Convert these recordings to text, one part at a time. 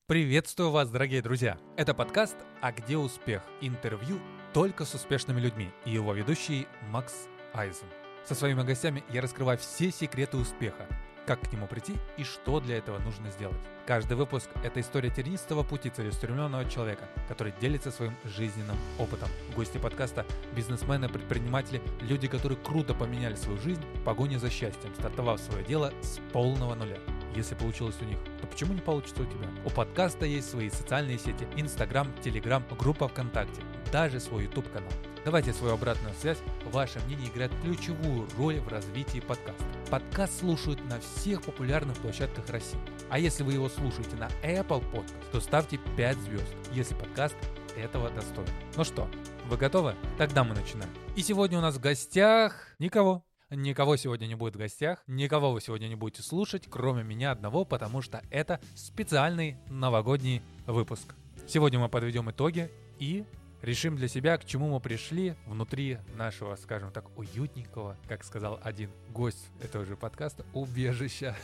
Приветствую вас, дорогие друзья! Это подкаст «А где успех?» Интервью только с успешными людьми и его ведущий Макс Айзен. Со своими гостями я раскрываю все секреты успеха, как к нему прийти и что для этого нужно сделать. Каждый выпуск – это история тернистого пути целеустремленного человека, который делится своим жизненным опытом. Гости подкаста – бизнесмены, предприниматели, люди, которые круто поменяли свою жизнь в погоне за счастьем, стартовав свое дело с полного нуля. Если получилось у них, то почему не получится у тебя? У подкаста есть свои социальные сети: Инстаграм, Телеграм, группа ВКонтакте, даже свой YouTube-канал. Давайте свою обратную связь. Ваше мнение играет ключевую роль в развитии подкаста. Подкаст слушают на всех популярных площадках России. А если вы его слушаете на Apple Podcast, то ставьте 5 звезд, если подкаст этого достоин. Ну что, вы готовы? Тогда мы начинаем. И сегодня у нас в гостях никого. Никого сегодня не будет в гостях, никого вы сегодня не будете слушать, кроме меня одного, потому что это специальный новогодний выпуск. Сегодня мы подведем итоги и решим для себя, к чему мы пришли внутри нашего, скажем так, уютненького, как сказал один гость этого же подкаста, убежища.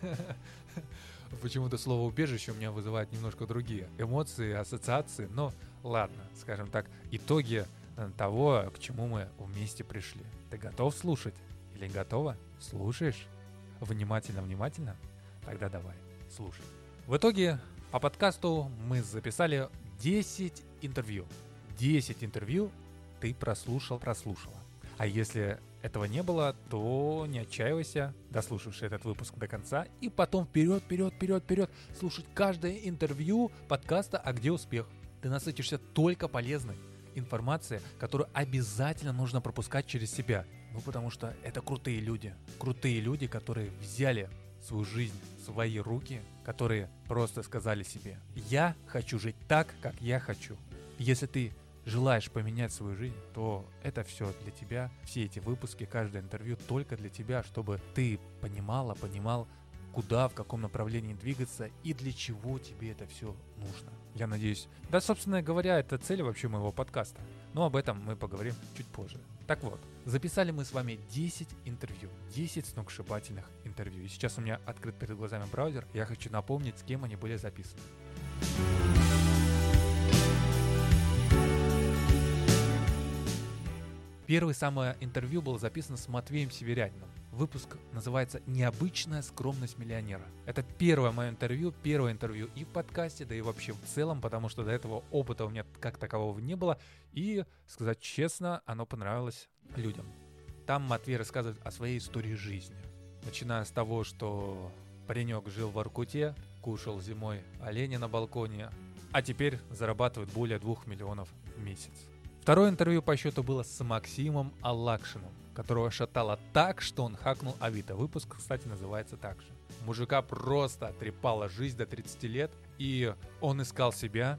Почему-то слово «убежище» у меня вызывает немножко другие эмоции, ассоциации, но ладно, скажем так, итоги того, к чему мы вместе пришли. Ты готов слушать? Или готова? Слушаешь? Внимательно? Тогда давай, слушай. В итоге по подкасту мы записали 10 интервью. 10 интервью ты прослушала. А если этого не было, то не отчаивайся, дослушавши этот выпуск до конца, и потом вперед, слушать каждое интервью подкаста «А где успех?». Ты насытишься только полезной информацией, которую обязательно нужно пропускать через себя. Потому что это крутые люди, которые взяли свою жизнь в свои руки, которые просто сказали себе: я хочу жить так, как я хочу. Если ты желаешь поменять свою жизнь, то это все для тебя, все эти выпуски, каждое интервью только для тебя, чтобы ты понимал, куда, в каком направлении двигаться и для чего тебе это все нужно. Я надеюсь. Да, собственно говоря, это цель вообще моего подкаста. Но об этом мы поговорим чуть позже. Так вот, записали мы с вами 10 интервью. 10 сногсшибательных интервью. И сейчас у меня открыт перед глазами браузер. Я хочу напомнить, с кем они были записаны. Первое самое интервью было записано с Матвеем Северянином. Выпуск называется «Необычная скромность миллионера». Это первое мое интервью и в подкасте, да и вообще в целом, потому что до этого опыта у меня как такового не было. И, сказать честно, оно понравилось людям. Там Матвей рассказывает о своей истории жизни. Начиная с того, что паренек жил в Воркуте, кушал зимой оленя на балконе, а теперь зарабатывает более 2 миллионов в месяц. Второе интервью по счету было с Максимом Аллакшиным, которого шатало так, что он хакнул Авито. Выпуск, кстати, называется так же. Мужика просто трепала жизнь до 30 лет, и он искал себя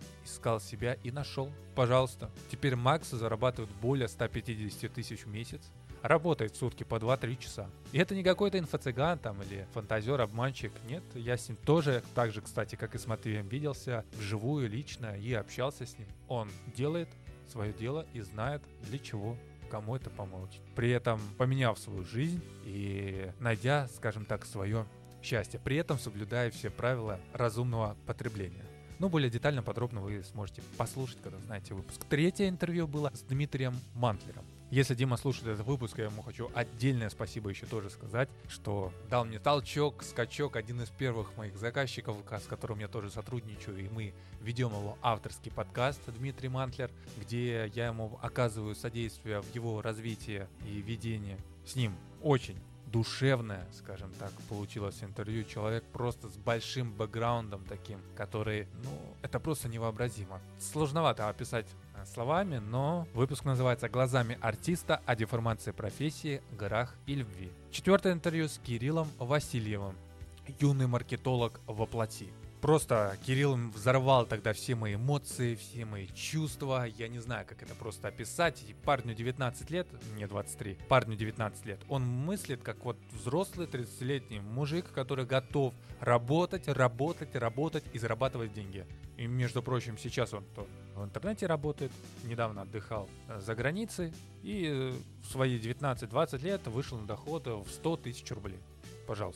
и нашел. Пожалуйста. Теперь Макс зарабатывает более 150 тысяч в месяц, работает в сутки по 2-3 часа. И это не какой-то инфо-цыган там или фантазер, обманщик. Нет, я с ним тоже, так же, кстати, как и с Матвеем, виделся вживую, лично и общался с ним. Он делает свое дело и знает, для чего кому это поможет. При этом поменяв свою жизнь и найдя, скажем так, свое счастье. При этом соблюдая все правила разумного потребления. Но более детально, подробно вы сможете послушать, когда узнаете выпуск. Третье интервью было с Дмитрием Мантлером. Если Дима слушает этот выпуск, я ему хочу отдельное спасибо еще тоже сказать, что дал мне толчок, скачок, один из первых моих заказчиков, с которым я тоже сотрудничаю, и мы ведем его авторский подкаст Дмитрий Мантлер, где я ему оказываю содействие в его развитии и ведении. С ним очень душевное, скажем так, получилось интервью. Человек просто с большим бэкграундом таким, который, это просто невообразимо. Сложновато описать словами, но выпуск называется «Глазами артиста о деформации профессии, горах и любви». Четвертое интервью с Кириллом Васильевым, юный маркетолог воплоти. Просто Кирилл взорвал тогда все мои эмоции, все мои чувства. Я не знаю, как это просто описать. И парню 19 лет, мне 23, парню 19 лет. Он мыслит как вот взрослый 30-летний мужик, который готов работать и зарабатывать деньги. И, между прочим, сейчас он то в интернете работает, недавно отдыхал за границей и в свои 19-20 лет вышел на доход в 100 тысяч рублей. Пожалуйста.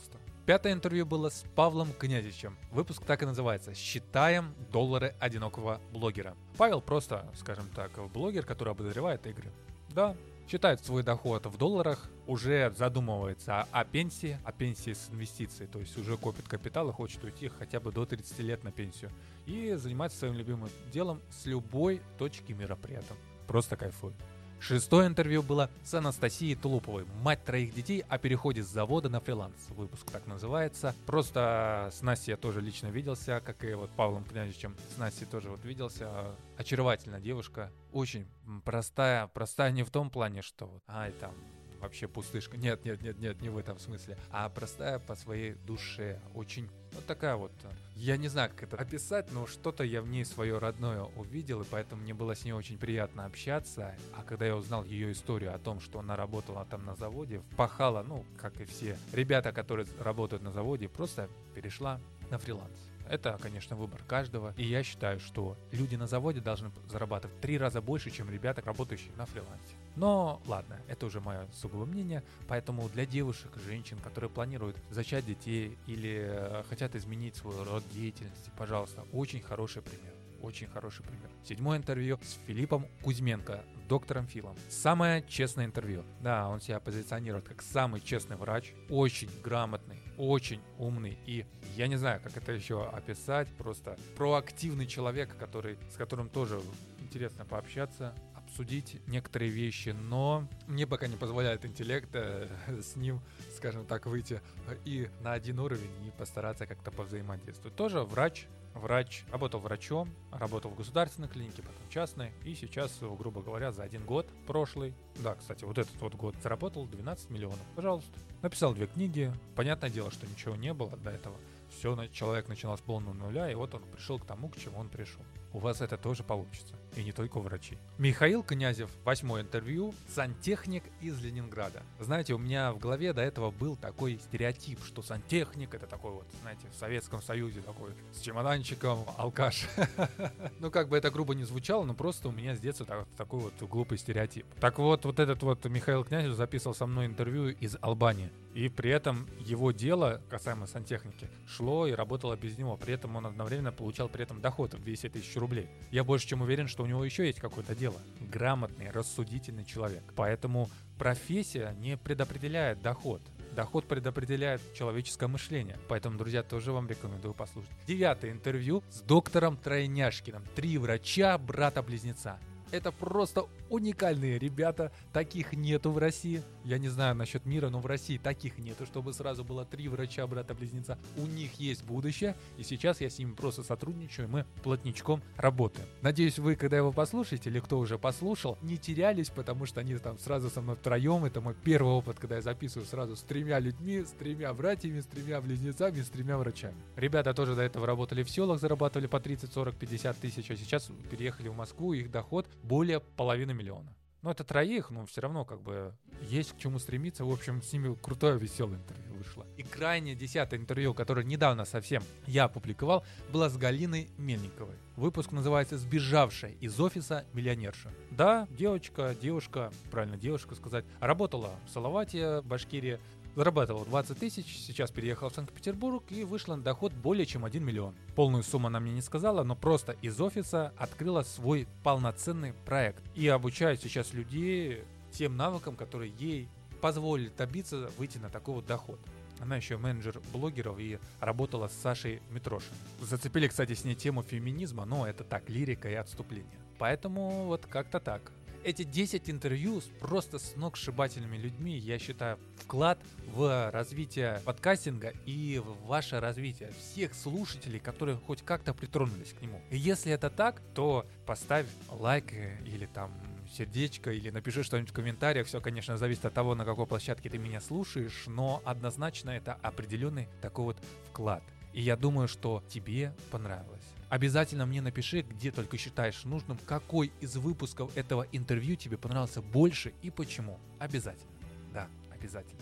5 интервью было с Павлом Князевичем. Выпуск так и называется «Считаем доллары одинокого блогера». Павел просто, скажем так, блогер, который обозревает игры. Да, считает свой доход в долларах, уже задумывается о пенсии с инвестицией, то есть уже копит капитал и хочет уйти хотя бы до 30 лет на пенсию. И занимается своим любимым делом с любой точки мира при этом. Просто кайфует. 6 интервью было с Анастасией Тулуповой, мать 3 детей, о переходе с завода на фриланс. Выпуск так называется. Просто с Настей я тоже лично виделся, как и вот Павлом Князевичем. С Настей тоже вот виделся. Очаровательная девушка. Очень простая не в том плане, что вот, там вообще пустышка. Нет, не в этом смысле. А простая по своей душе. Очень вот такая вот. Я не знаю, как это описать, но что-то я в ней свое родное увидел, и поэтому мне было с ней очень приятно общаться. А когда я узнал ее историю о том, что она работала там на заводе, впахала, как и все ребята, которые работают на заводе, просто перешла на фриланс. Это, конечно, выбор каждого. И я считаю, что люди на заводе должны зарабатывать в 3 раза больше, чем ребята, работающие на фрилансе. Но ладно, это уже мое сугубое мнение. Поэтому для девушек, женщин, которые планируют зачать детей или хотят изменить свой род деятельности, пожалуйста, очень хороший пример. Очень хороший пример. 7 интервью с Филиппом Кузьменко, доктором Филом. Самое честное интервью. Да, он себя позиционирует как самый честный врач, очень грамотный, очень умный и, я не знаю, как это еще описать, просто проактивный человек, с которым тоже интересно пообщаться, обсудить некоторые вещи, но мне пока не позволяет интеллект с ним, скажем так, выйти и на один уровень и постараться как-то повзаимодействовать. Тоже врач, работал врачом, работал в государственной клинике, потом частной, и сейчас, грубо говоря, за 1 год прошлый, да, кстати, вот этот вот год заработал 12 миллионов. Пожалуйста. Написал 2 книги. Понятное дело, что ничего не было до этого. Человек начинал с полного нуля, и вот он пришел к тому, к чему он пришел. У вас это тоже получится. И не только у врачей. Михаил Князев, 8 интервью, сантехник из Ленинграда. Знаете, у меня в голове до этого был такой стереотип, что сантехник это такой вот, знаете, в Советском Союзе такой с чемоданчиком, алкаш. Ну, как бы это грубо не звучало, но просто у меня с детства такой вот глупый стереотип. Так вот этот вот Михаил Князев записывал со мной интервью из Албании. И при этом его дело, касаемо сантехники, шло и работало без него. При этом он одновременно получал при этом доход в 200 тысяч рублей. Я больше чем уверен, что у него еще есть какое-то дело. Грамотный, рассудительный человек. Поэтому профессия не предопределяет доход. Доход предопределяет человеческое мышление. Поэтому, друзья, тоже вам рекомендую послушать. 9 интервью с доктором Тройняшкиным. 3 врача, брата-близнеца. Это просто уникальные ребята, таких нету в России. Я не знаю насчет мира, но в России таких нету, чтобы сразу было 3 врача, брата-близнеца. У них есть будущее, и сейчас я с ними просто сотрудничаю, и мы плотничком работаем. Надеюсь, вы, когда его послушаете, или кто уже послушал, не терялись, потому что они там сразу со мной втроем. Это мой первый опыт, когда я записываю сразу с 3 людьми, с 3 братьями, с 3 близнецами, с 3 врачами. Ребята тоже до этого работали в селах, зарабатывали по 30, 40, 50 тысяч, а сейчас переехали в Москву, их доход более 500 000. Но это 3, но все равно как бы есть к чему стремиться. В общем, с ними крутое, веселое интервью вышло. И крайне 10 интервью, которое недавно совсем я опубликовал, было с Галиной Мельниковой. Выпуск называется «Сбежавшая из офиса миллионерша». Да, девушка, правильно девушка сказать, работала в Салавате, Башкирии, зарабатывала 20 тысяч, сейчас переехала в Санкт-Петербург и вышла на доход более чем 1 миллион. Полную сумму она мне не сказала, но просто из офиса открыла свой полноценный проект. И обучает сейчас людей тем навыкам, которые ей позволили добиться выйти на такой вот доход. Она еще менеджер блогеров и работала с Сашей Митрошиным. Зацепили, кстати, с ней тему феминизма, но это так, лирика и отступление. Поэтому вот как-то так. Эти 10 интервью просто с сногсшибательными людьми, я считаю, вклад в развитие подкастинга и в ваше развитие всех слушателей, которые хоть как-то притронулись к нему. И если это так, то поставь лайк или там сердечко, или напиши что-нибудь в комментариях. Все, конечно, зависит от того, на какой площадке ты меня слушаешь, но однозначно это определенный такой вот вклад. И я думаю, что тебе понравилось. Обязательно мне напиши, где только считаешь нужным, какой из выпусков этого интервью тебе понравился больше и почему. Обязательно. Да, обязательно.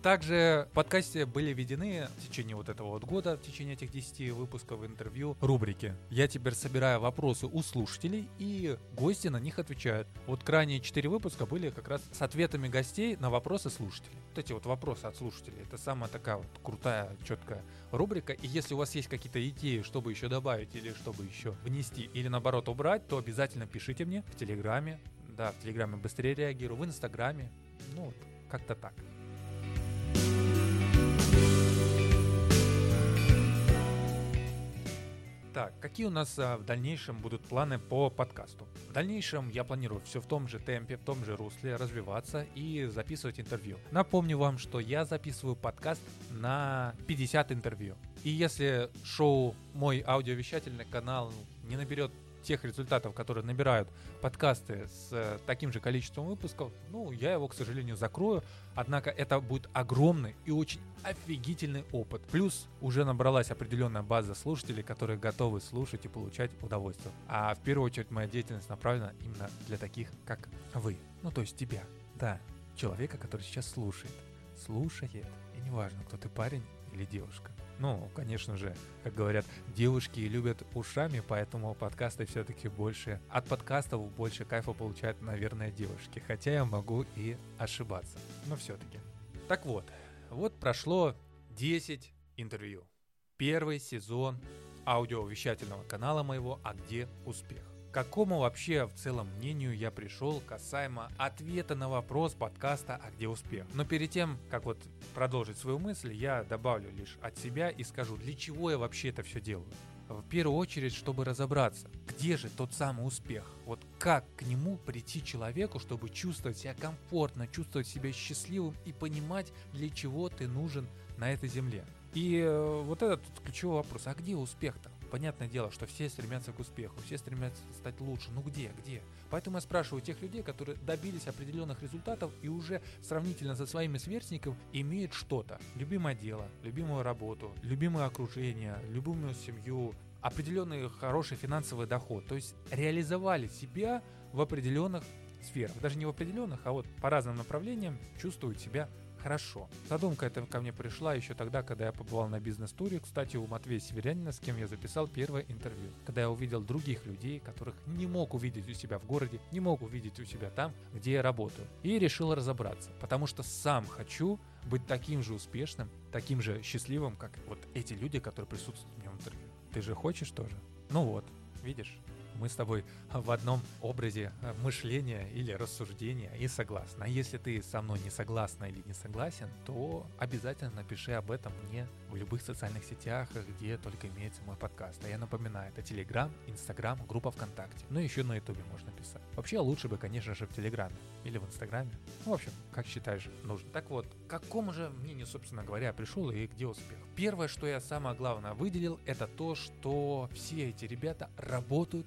Также в подкасте были введены в течение вот этого вот года, в течение этих 10 выпусков интервью, рубрики. Я теперь собираю вопросы у слушателей, и гости на них отвечают. Вот крайние 4 выпуска были как раз с ответами гостей на вопросы слушателей. Вот эти вот вопросы от слушателей, это самая такая вот крутая, четкая рубрика. И если у вас есть какие-то идеи, чтобы еще добавить или чтобы еще внести, или наоборот убрать, то обязательно пишите мне в Телеграме. Да, в Телеграме быстрее реагирую, в Инстаграме. Ну вот, как-то так. Так, какие у нас в дальнейшем будут планы по подкасту? В дальнейшем я планирую все в том же темпе, в том же русле развиваться и записывать интервью. Напомню вам, что я записываю подкаст на 50 интервью. И если шоу, мой аудиовещательный канал не наберет тех результатов, которые набирают подкасты с таким же количеством выпусков, я его, к сожалению, закрою. Однако это будет огромный и очень офигительный опыт. Плюс уже набралась определенная база слушателей, которые готовы слушать и получать удовольствие. А в первую очередь моя деятельность направлена именно для таких, как вы. То есть тебя. Да, человека, который сейчас слушает. И неважно, кто ты, парень или девушка. Конечно же, как говорят, девушки любят ушами, поэтому подкасты все-таки больше... От подкастов больше кайфа получают, наверное, девушки. Хотя я могу и ошибаться. Но все-таки. Так вот прошло 10 интервью. Первый сезон аудиовещательного канала моего «А где успех?». К какому вообще в целом мнению я пришел касаемо ответа на вопрос подкаста «А где успех?». Но перед тем, как продолжить свою мысль, я добавлю лишь от себя и скажу, для чего я вообще это все делаю. В первую очередь, чтобы разобраться, где же тот самый успех. Как к нему прийти человеку, чтобы чувствовать себя комфортно, чувствовать себя счастливым и понимать, для чего ты нужен на этой земле. И этот ключевой вопрос, а где успех-то? Понятное дело, что все стремятся к успеху, все стремятся стать лучше. Где? Поэтому я спрашиваю тех людей, которые добились определенных результатов и уже сравнительно со своими сверстниками имеют что-то. Любимое дело, любимую работу, любимое окружение, любимую семью, определенный хороший финансовый доход. То есть реализовали себя в определенных сферах. Даже не в определенных, а по разным направлениям чувствуют себя хорошо. Задумка эта ко мне пришла еще тогда, когда я побывал на бизнес-туре, кстати, у Матвея Северянина, с кем я записал первое интервью. Когда я увидел других людей, которых не мог увидеть у себя в городе, не мог увидеть у себя там, где я работаю. И решил разобраться, потому что сам хочу быть таким же успешным, таким же счастливым, как эти люди, которые присутствуют у меня в интервью. Ты же хочешь тоже? Видишь? Мы с тобой в одном образе мышления или рассуждения и согласны. А если ты со мной не согласна или не согласен, то обязательно напиши об этом мне в любых социальных сетях, где только имеется мой подкаст. А я напоминаю, это Телеграм, Инстаграм, группа ВКонтакте. Еще на Ютубе можно писать. Вообще лучше бы, конечно же, в Телеграме или в Инстаграме. В общем, как считаешь нужно. Так вот, к какому же мнению, собственно говоря, пришел и где успех? Первое, что я самое главное выделил, это то, что все эти ребята работают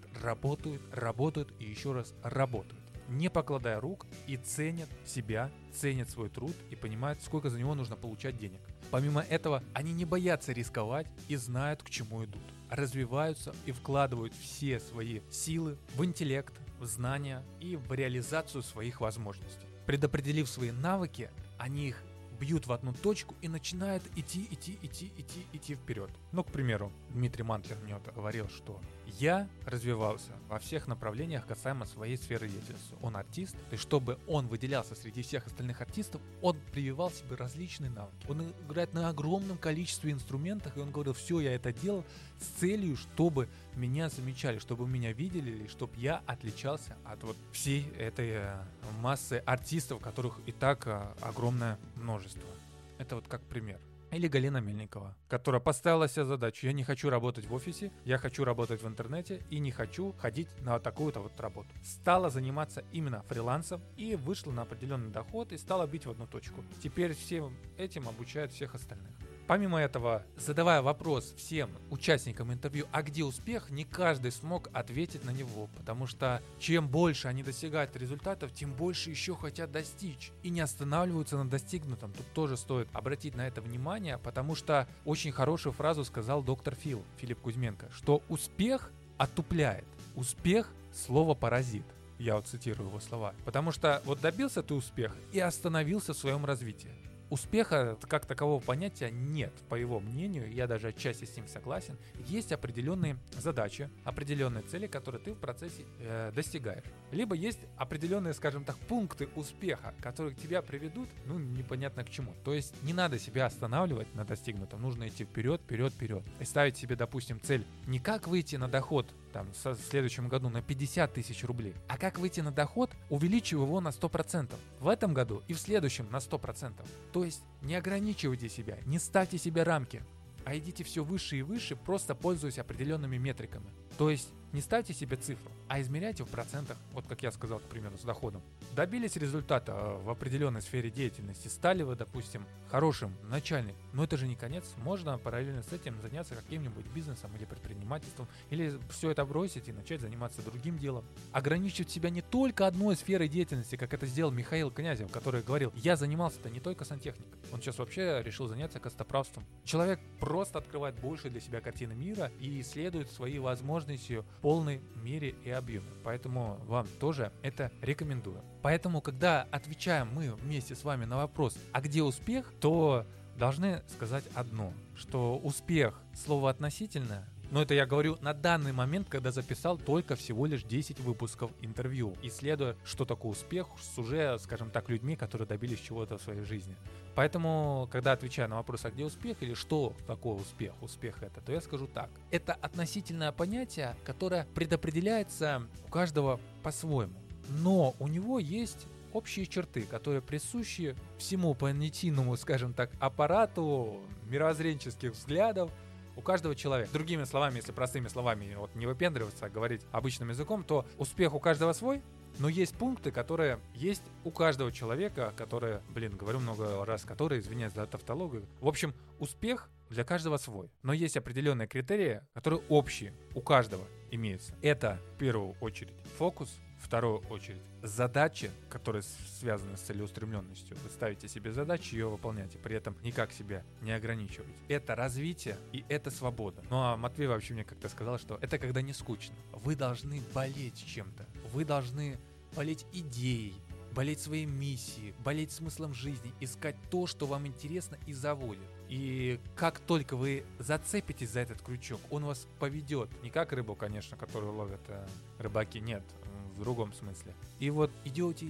и еще раз работают, не покладая рук, и ценят себя, ценят свой труд и понимают, сколько за него нужно получать денег. Помимо этого, они не боятся рисковать и знают, к чему идут. Развиваются и вкладывают все свои силы в интеллект, в знания и в реализацию своих возможностей. Предопределив свои навыки, они их бьют в одну точку и начинают идти вперед. К примеру, Дмитрий Мантлер мне говорил, что я развивался во всех направлениях касаемо своей сферы деятельности. Он артист, и чтобы он выделялся среди всех остальных артистов, он прививал себе различные навыки. Он играет на огромном количестве инструментов, и он говорил, все, я это делал с целью, чтобы меня замечали, чтобы меня видели, и чтобы я отличался от всей этой массы артистов, которых и так огромное множество. Это как пример. Или Галина Мельникова, которая поставила себе задачу: я не хочу работать в офисе, я хочу работать в интернете и не хочу ходить на такую-то работу. Стала заниматься именно фрилансом и вышла на определенный доход и стала бить в одну точку. Теперь всем этим обучают всех остальных. Помимо этого, задавая вопрос всем участникам интервью, а где успех, не каждый смог ответить на него, потому что чем больше они достигают результатов, тем больше еще хотят достичь и не останавливаются на достигнутом. Тут тоже стоит обратить на это внимание, потому что очень хорошую фразу сказал доктор Филипп Кузьменко, что успех отупляет, успех – слово паразит. Я цитирую его слова. Потому что добился ты успеха и остановился в своем развитии. успеха как такового понятия нет, по его мнению, я даже отчасти с ним согласен. Есть определенные задачи, определенные цели, которые ты в процессе достигаешь. Либо есть определенные, скажем так, пункты успеха, которые тебя приведут, непонятно к чему. То есть не надо себя останавливать на достигнутом, нужно идти вперед. И ставить себе, допустим, цель не как выйти на доход в следующем году на 50 тысяч рублей, а как выйти на доход, увеличив его на 100%. В этом году и в следующем на 100%. То есть не ограничивайте себя, не ставьте себе рамки, а идите все выше и выше, просто пользуясь определенными метриками. То есть не ставьте себе цифру, а измеряйте в процентах, вот как я сказал, к примеру, с доходом. Добились результата в определенной сфере деятельности, стали вы, допустим, хорошим начальником, но это же не конец, можно параллельно с этим заняться каким-нибудь бизнесом или предпринимательством, или все это бросить и начать заниматься другим делом. Ограничивать себя не только одной сферой деятельности, как это сделал Михаил Князев, который говорил, я занимался-то не только сантехникой, он сейчас вообще решил заняться костоправством. Человек просто открывает больше для себя картины мира и исследует свои возможности в полной мере и объеме. Поэтому вам тоже это рекомендую. Поэтому, когда отвечаем мы вместе с вами на вопрос, а где успех, то должны сказать одно, что успех — слово относительное. Но это я говорю на данный момент, когда записал только всего лишь 10 выпусков интервью, исследуя, что такое успех с уже, скажем так, людьми, которые добились чего-то в своей жизни. Поэтому, когда отвечаю на вопрос, а где успех или что такое успех это, то я скажу так. Это относительное понятие, которое предопределяется у каждого по-своему. Но у него есть общие черты, которые присущи всему понятийному, скажем так, аппарату мировоззренческих взглядов у каждого человека. Другими словами, если простыми словами не выпендриваться, а говорить обычным языком, то успех у каждого свой, но есть пункты, которые есть у каждого человека, которые, говорю много раз, которые, извиняюсь за тавтологию. В общем, успех для каждого свой. Но есть определенные критерии, которые общие у каждого имеются. Это в первую очередь фокус, в вторую очередь задачи, которые связаны с целеустремленностью. Вы ставите себе задачи, ее выполняете, при этом никак себя не ограничиваете. Это развитие и это свобода. Ну а Матвей вообще мне как-то сказал, что это когда не скучно. Вы должны болеть чем-то. Вы должны болеть идеей, болеть своей миссией, болеть смыслом жизни, искать то, что вам интересно и заводит. И как только вы зацепитесь за этот крючок, он вас поведет. Не как рыбу, конечно, которую ловят рыбаки, нет, в другом смысле. И вот идете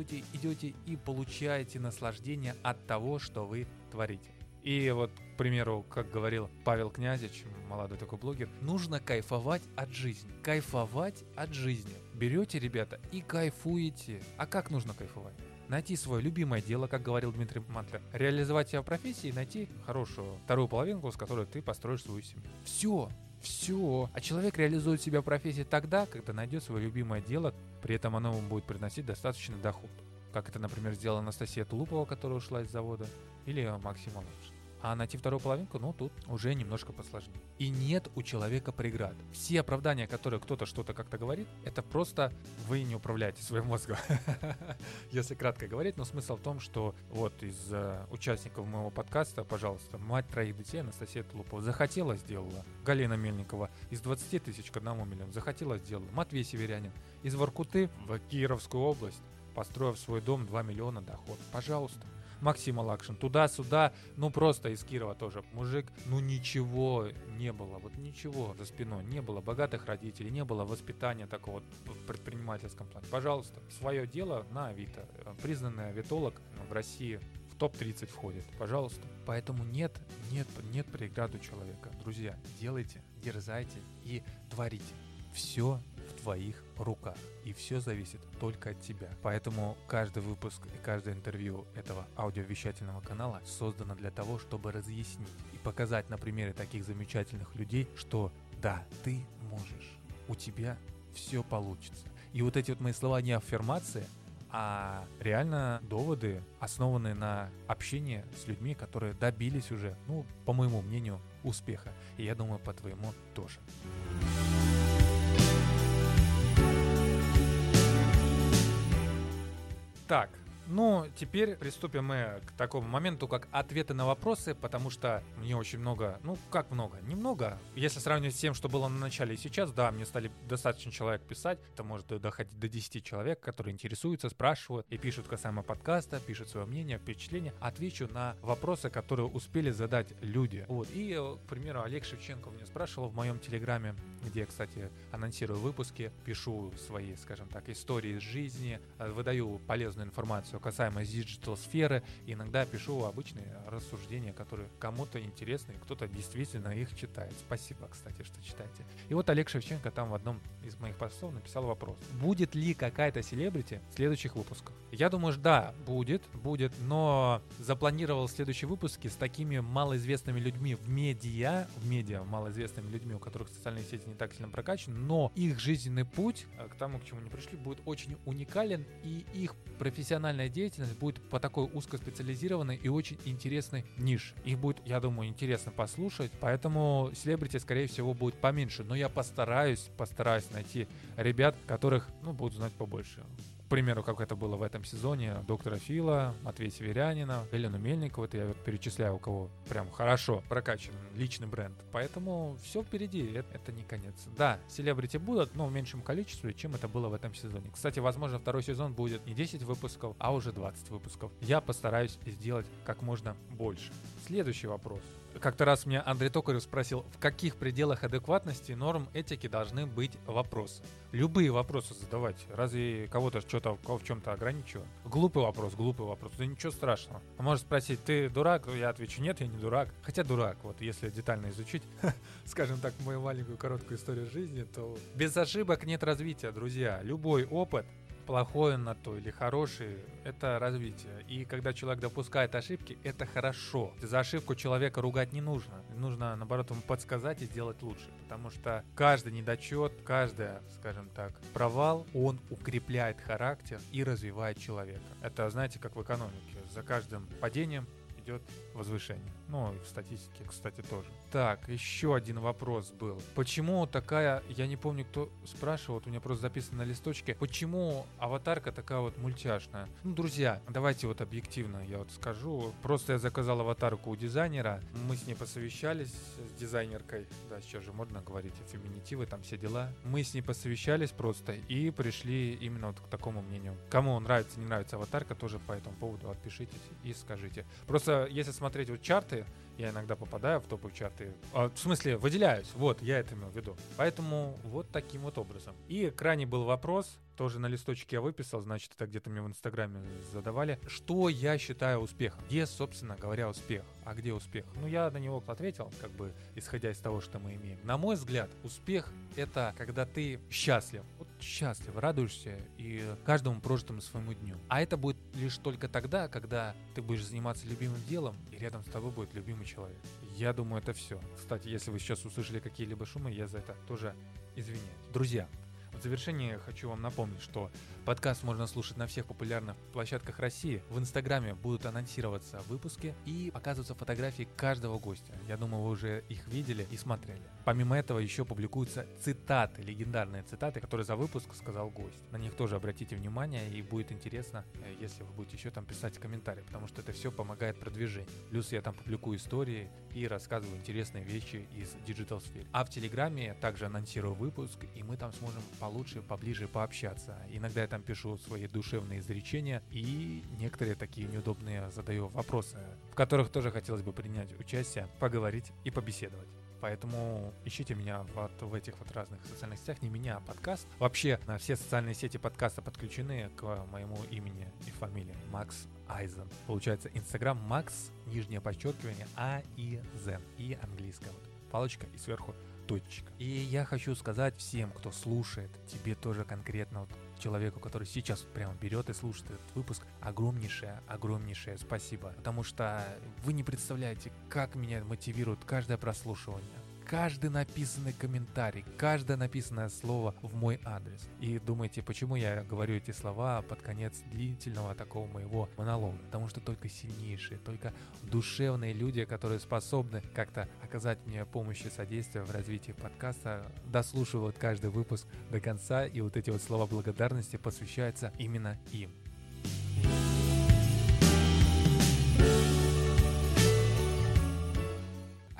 и получаете наслаждение от того, что вы творите. И вот, к примеру, как говорил Павел Князевич, молодой такой блогер, нужно кайфовать от жизни. Кайфовать от жизни. Берете, ребята, и кайфуете. А как нужно кайфовать? Найти свое любимое дело, как говорил Дмитрий Мантлер, реализовать себя в профессии и найти хорошую вторую половинку, с которой ты построишь свою семью. Все. А человек реализует себя в профессии тогда, когда найдет свое любимое дело, при этом оно ему будет приносить достаточный доход. Как это, например, сделала Анастасия Тулупова, которая ушла из завода, или Максим Алакшин. А найти вторую половинку, тут уже немножко посложнее. И нет у человека преград. Все оправдания, которые кто-то что-то как-то говорит, это просто вы не управляете своим мозгом. Если кратко говорить, но смысл в том, что вот из участников моего подкаста, пожалуйста, мать троих детей Анастасия Тулупова захотела, сделала. Галина Мельникова из 20 тысяч к 1 миллиону захотела, сделала. Матвей Северянин из Воркуты в Кировскую область, построив свой дом, 2 миллиона доход. Пожалуйста. Максим Алакшин туда-сюда, просто из Кирова тоже мужик, ничего не было, ничего за спиной, не было богатых родителей, не было воспитания такого в предпринимательском плане. Пожалуйста, свое дело на Авито, признанный авитолог в России в топ-30 входит, пожалуйста. Поэтому нет преград у человека. Друзья, делайте, дерзайте и творите. Все в твоих руках. И все зависит только от тебя. Поэтому каждый выпуск и каждое интервью этого аудиовещательного канала создано для того, чтобы разъяснить и показать на примере таких замечательных людей, что да, ты можешь, у тебя все получится. И вот эти мои слова не аффирмации, а реально доводы, основанные на общении с людьми, которые добились уже, по моему мнению, успеха. И я думаю, по твоему тоже. Так, Ну, теперь приступим мы к такому моменту, как ответы на вопросы, потому что мне очень много, ну, как много? Немного. Если сравнивать с тем, что было на начале и сейчас, да, мне стали достаточно человек писать, это может доходить до 10 человек, которые интересуются, спрашивают и пишут касаемо подкаста, пишут свое мнение, впечатления. Отвечу на вопросы, которые успели задать люди. Вот. И, к примеру, Олег Шевченко меня спрашивал в моем телеграме, где я, кстати, анонсирую выпуски, пишу свои, скажем так, истории из жизни, выдаю полезную информацию касаемо диджитал-сферы, и иногда пишу обычные рассуждения, которые кому-то интересны, и кто-то действительно их читает. Спасибо, кстати, что читаете. И вот Олег Шевченко там в одном из моих постов написал вопрос. Будет ли какая-то селебрити в следующих выпусках? Я думаю, что да, будет, но запланировал следующие выпуски с такими малоизвестными людьми в медиа, малоизвестными людьми, у которых социальные сети не так сильно прокачаны, но их жизненный путь к тому, к чему они пришли, будет очень уникален, и их профессиональная деятельность будет по такой узкоспециализированной и очень интересной нише. Их будет, я думаю, интересно послушать, поэтому селебрити, скорее всего, будет поменьше, но я постараюсь найти ребят, которых, будут знать побольше. К примеру, как это было в этом сезоне, доктора Фила, Матвея Северянина, Елену Мельникову, это я перечисляю, у кого прям хорошо прокачан личный бренд. Поэтому все впереди, это не конец. Да, селебрити будут, но в меньшем количестве, чем это было в этом сезоне. Кстати, возможно, второй сезон будет не 10 выпусков, а уже 20 выпусков. Я постараюсь сделать как можно больше. Следующий вопрос. Как-то раз меня Андрей Токарев спросил, в каких пределах адекватности и норм этики должны быть вопросы. Любые вопросы задавать. Разве кого-то что-то в чем-то ограничиваю? Глупый вопрос. Да ничего страшного. Может спросить, ты дурак? Я отвечу, нет, я не дурак. Хотя дурак, вот если детально изучить, скажем так, мою маленькую короткую историю жизни, то без ошибок нет развития, друзья. Любой опыт, плохой на то или хороший, это развитие. И когда человек допускает ошибки, это хорошо. За ошибку человека ругать не нужно. Нужно, наоборот, ему подсказать и сделать лучше. Потому что каждый недочет, каждый, скажем так, провал, он укрепляет характер и развивает человека. Это, знаете, как в экономике. За каждым падением идет возвышение. Ну, и в статистике, кстати, тоже. Так, еще один вопрос был. Почему такая, я не помню, кто спрашивал, вот у меня просто записано на листочке, почему аватарка такая вот мультяшная? Ну, друзья, давайте вот объективно я вот скажу. Просто я заказал аватарку у дизайнера, мы с ней посовещались, с дизайнеркой, да, сейчас же модно говорить феминитивы, там все дела. Мы с ней посовещались просто и пришли именно вот к такому мнению. Кому нравится, не нравится аватарка, тоже по этому поводу отпишитесь и скажите. Просто если смотреть вот чарты, я иногда попадаю в топовые чарты. В смысле, выделяюсь. Вот, я это имел в виду. Поэтому вот таким вот образом. И крайний был вопрос. Тоже на листочке я выписал, значит, это где-то мне в Инстаграме задавали. Что я считаю успехом? Где, собственно говоря, успех? А где успех? Ну, я на него ответил, как бы, исходя из того, что мы имеем. На мой взгляд, успех — это когда ты счастлив. Вот счастлив, радуешься и каждому прожитому своему дню. А это будет лишь только тогда, когда ты будешь заниматься любимым делом, и рядом с тобой будет любимый человек. Я думаю, это все. Кстати, если вы сейчас услышали какие-либо шумы, я за это тоже извиняюсь. Друзья, в завершение хочу вам напомнить, что подкаст можно слушать на всех популярных площадках России. В Инстаграме будут анонсироваться выпуски и показываться фотографии каждого гостя. Я думаю, вы уже их видели и смотрели. Помимо этого еще публикуются цитаты, легендарные цитаты, которые за выпуск сказал гость. На них тоже обратите внимание, и будет интересно, если вы будете еще там писать комментарии, потому что это все помогает продвижению. Плюс я там публикую истории и рассказываю интересные вещи из диджитал-сферы. А в Телеграме я также анонсирую выпуск, и мы там сможем получше, поближе пообщаться. Иногда я там пишу свои душевные изречения и некоторые такие неудобные задаю вопросы, в которых тоже хотелось бы принять участие, поговорить и побеседовать. Поэтому ищите меня в этих вот разных социальных сетях, не меня, а подкаст. Вообще, все социальные сети подкаста подключены к моему имени и фамилии. Макс Айзен. Получается, Инстаграм Макс, нижнее подчеркивание, А-И-Зен. И английская вот палочка, и сверху точечка. И я хочу сказать всем, кто слушает, тебе тоже конкретно, вот человеку, который сейчас вот прямо берет и слушает этот выпуск, огромнейшее спасибо. Потому что вы не представляете, как меня мотивирует каждое прослушивание, каждый написанный комментарий, каждое написанное слово в мой адрес. И думаете, почему я говорю эти слова под конец длительного такого моего монолога? Потому что только сильнейшие, только душевные люди, которые способны как-то оказать мне помощь и содействие в развитии подкаста, дослушивают каждый выпуск до конца, и вот эти вот слова благодарности посвящаются именно им.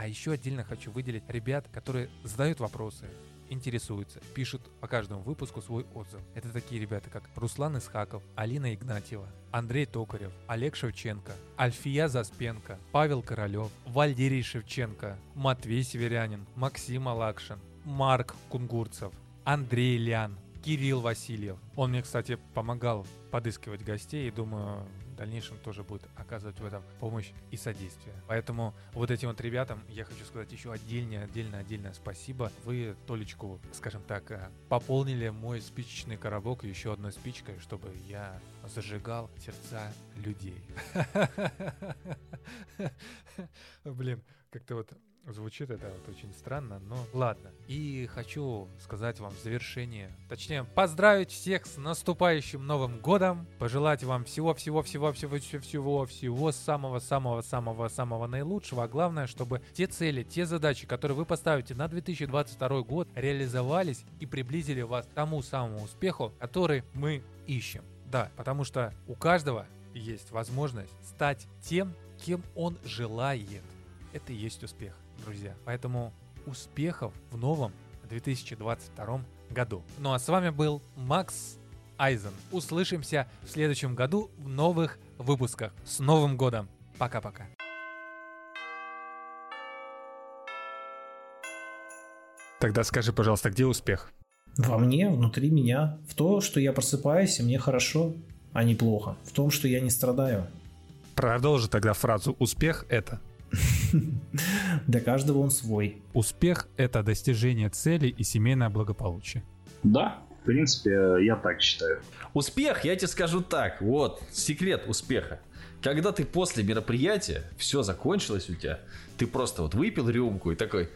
А еще отдельно хочу выделить ребят, которые задают вопросы, интересуются, пишут по каждому выпуску свой отзыв. Это такие ребята, как Руслан Исхаков, Алина Игнатьева, Андрей Токарев, Олег Шевченко, Альфия Заспенко, Павел Королев, Валерий Шевченко, Матвей Северянин, Максим Алакшин, Марк Кунгурцев, Андрей Лян, Кирилл Васильев. Он мне, кстати, помогал подыскивать гостей, и думаю, в дальнейшем тоже будет оказывать в этом помощь и содействие. Поэтому вот этим вот ребятам я хочу сказать еще отдельное спасибо. Вы Толечку, скажем так, пополнили мой спичечный коробок еще одной спичкой, чтобы я зажигал сердца людей. Блин, как-то вот звучит это вот очень странно, но ладно. И хочу сказать вам в завершение, точнее, поздравить всех с наступающим Новым годом, пожелать вам всего самого наилучшего, а главное, чтобы те цели, те задачи, которые вы поставите на 2022 год, реализовались и приблизили вас к тому самому успеху, который мы ищем. Да, потому что у каждого есть возможность стать тем, кем он желает. Это и есть успех, друзья. Поэтому успехов в новом 2022 году. Ну а с вами был Макс Айзен. Услышимся в следующем году в новых выпусках. С Новым годом! Пока-пока. Тогда скажи, пожалуйста, где успех? Во мне, внутри меня. В том, что я просыпаюсь, и мне хорошо, а не плохо. В том, что я не страдаю. Продолжи тогда фразу «Успех — это». Для каждого он свой. Успех — это достижение цели и семейное благополучие. Да, в принципе, я так считаю. Успех, я тебе скажу так, вот, секрет успеха. Когда ты после мероприятия, все закончилось у тебя, ты просто вот выпил рюмку и такой,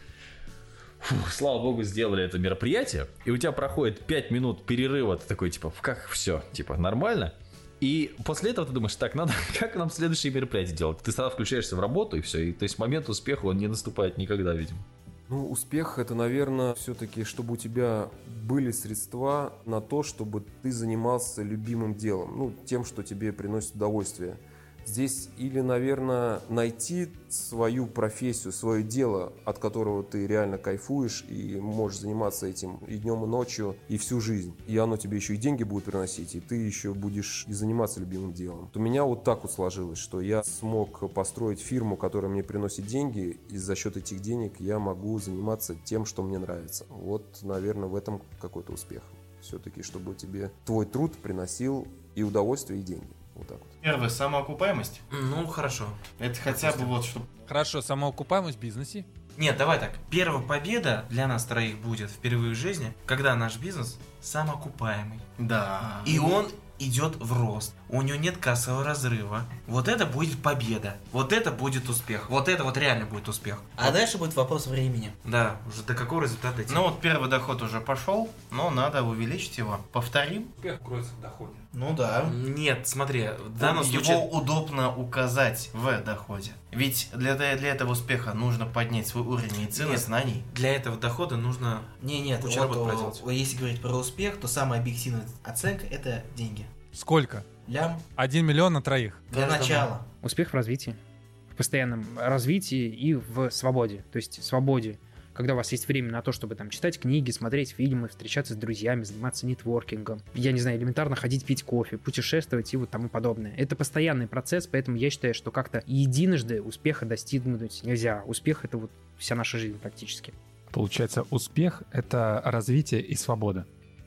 слава богу, сделали это мероприятие, и у тебя проходит 5 минут перерыва, ты такой, типа, как все, типа, нормально? И после этого ты думаешь, так, надо, как нам следующее мероприятие делать? Ты сразу включаешься в работу, и все. И, то есть момент успеха, он не наступает никогда, видимо. Ну, успех — это, наверное, все-таки, чтобы у тебя были средства на то, чтобы ты занимался любимым делом. Ну, тем, что тебе приносит удовольствие. Здесь или, наверное, найти свою профессию, свое дело, от которого ты реально кайфуешь и можешь заниматься этим и днем, и ночью, и всю жизнь. И оно тебе еще и деньги будет приносить, и ты еще будешь и заниматься любимым делом. У меня вот так вот сложилось, что я смог построить фирму, которая мне приносит деньги, и за счет этих денег я могу заниматься тем, что мне нравится. Вот, наверное, в этом какой-то успех. Все-таки, чтобы тебе твой труд приносил и удовольствие, и деньги. Вот так вот. Первое, самоокупаемость. Ну, хорошо. Это хотя бы вот, чтобы... Хорошо, самоокупаемость в бизнесе. Нет, давай так. Первая победа для нас троих будет впервые в жизни, когда наш бизнес самоокупаемый. Да. И он идет в рост. У него нет кассового разрыва. Вот это будет победа. Вот это будет успех. Вот это вот реально будет успех. А дальше будет вопрос времени. Да, уже до какого результата дойти? Ну вот первый доход уже пошел, но надо увеличить его. Повторим. Успех кроется в доходе. Ну да. Нет, смотри, в данном Его случае... удобно указать в доходе. Ведь для этого успеха нужно поднять свой уровень медицины, Нет. знаний. Для этого дохода нужно... Нет, Куча работы проделать. если говорить про успех, то самая объективная оценка – это деньги. Сколько? Лям 1 миллион на троих. для начала. Успех в развитии. В постоянном развитии и в свободе. То есть свободе, когда у вас есть время на то, чтобы там читать книги, смотреть фильмы, встречаться с друзьями, заниматься нетворкингом, я не знаю, элементарно ходить пить кофе, путешествовать и вот тому подобное. Это постоянный процесс, поэтому я считаю, что как-то единожды успеха достигнуть нельзя. Успех — это вот вся наша жизнь практически. Получается, успех — это развитие и свобода.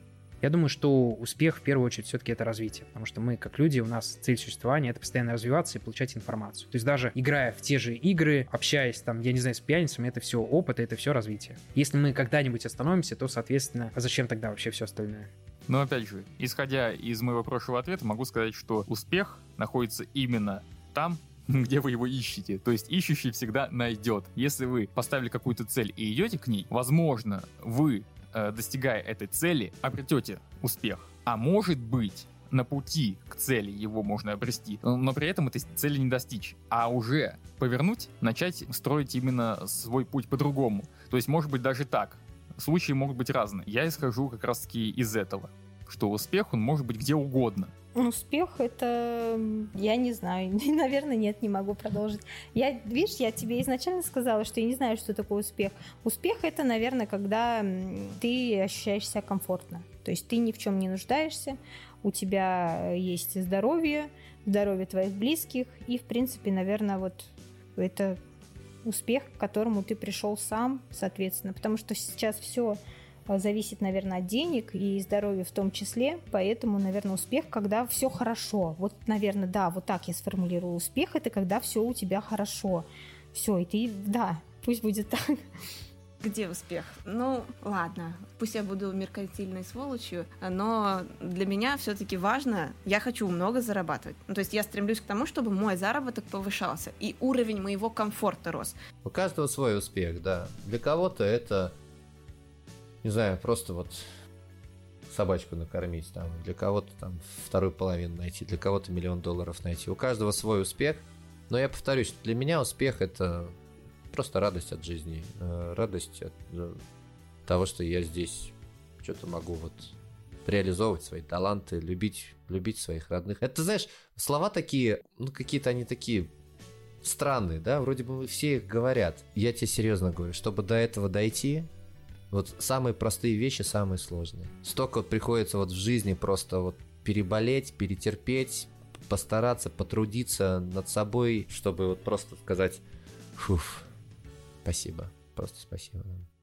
Я думаю, что успех в первую очередь все-таки это развитие, потому что мы, как люди, у нас цель существования — это постоянно развиваться и получать информацию. То есть даже играя в те же игры, общаясь там, я не знаю, с пьяницами, это все опыт, это все развитие. Если мы когда-нибудь остановимся, то, соответственно, а зачем тогда вообще все остальное? Но опять же, исходя из моего прошлого ответа, могу сказать, что успех находится именно там, где вы его ищете. То есть ищущий всегда найдет. Если вы поставили какую-то цель и идете к ней, возможно, вы, достигая этой цели, обретете успех. А может быть, на пути к цели его можно обрести, но при этом этой цели не достичь. А уже повернуть, начать строить именно свой путь по-другому. То есть, может быть, даже так. Случаи могут быть разные. Я исхожу как раз-таки из этого. что успех, он может быть где угодно. Успех это, я не знаю, наверное, нет, не могу продолжить. Видишь, я тебе изначально сказала, что я не знаю, что такое успех. Успех это, наверное, когда ты ощущаешь себя комфортно. То есть ты ни в чем не нуждаешься, у тебя есть здоровье твоих близких, и, в принципе, наверное, вот это успех, к которому ты пришел сам, соответственно, потому что сейчас все зависит, наверное, от денег и здоровья в том числе, поэтому, наверное, успех, когда все хорошо. Вот, наверное, да, вот так я сформулирую. Успех – это когда все у тебя хорошо. Все, и ты, да, пусть будет так. Где успех? Ну, ладно, пусть я буду меркантильной сволочью, но для меня все-таки важно, я хочу много зарабатывать. Ну, то есть я стремлюсь к тому, чтобы мой заработок повышался и уровень моего комфорта рос. У каждого свой успех, да. Для кого-то это, не знаю, просто вот собачку накормить, там, для кого-то там вторую половину найти, для кого-то $1 000 000 найти. У каждого свой успех, но я повторюсь, что для меня успех это просто радость от жизни, радость от того, что я здесь что-то могу вот реализовывать свои таланты, любить своих родных. Это, знаешь, слова такие, ну, какие-то они такие странные, да, вроде бы все их говорят. Я тебе серьезно говорю, чтобы до этого дойти, вот самые простые вещи, самые сложные. Столько вот приходится вот в жизни просто вот переболеть, перетерпеть, постараться, потрудиться над собой, чтобы вот просто сказать: фуф, спасибо, просто спасибо.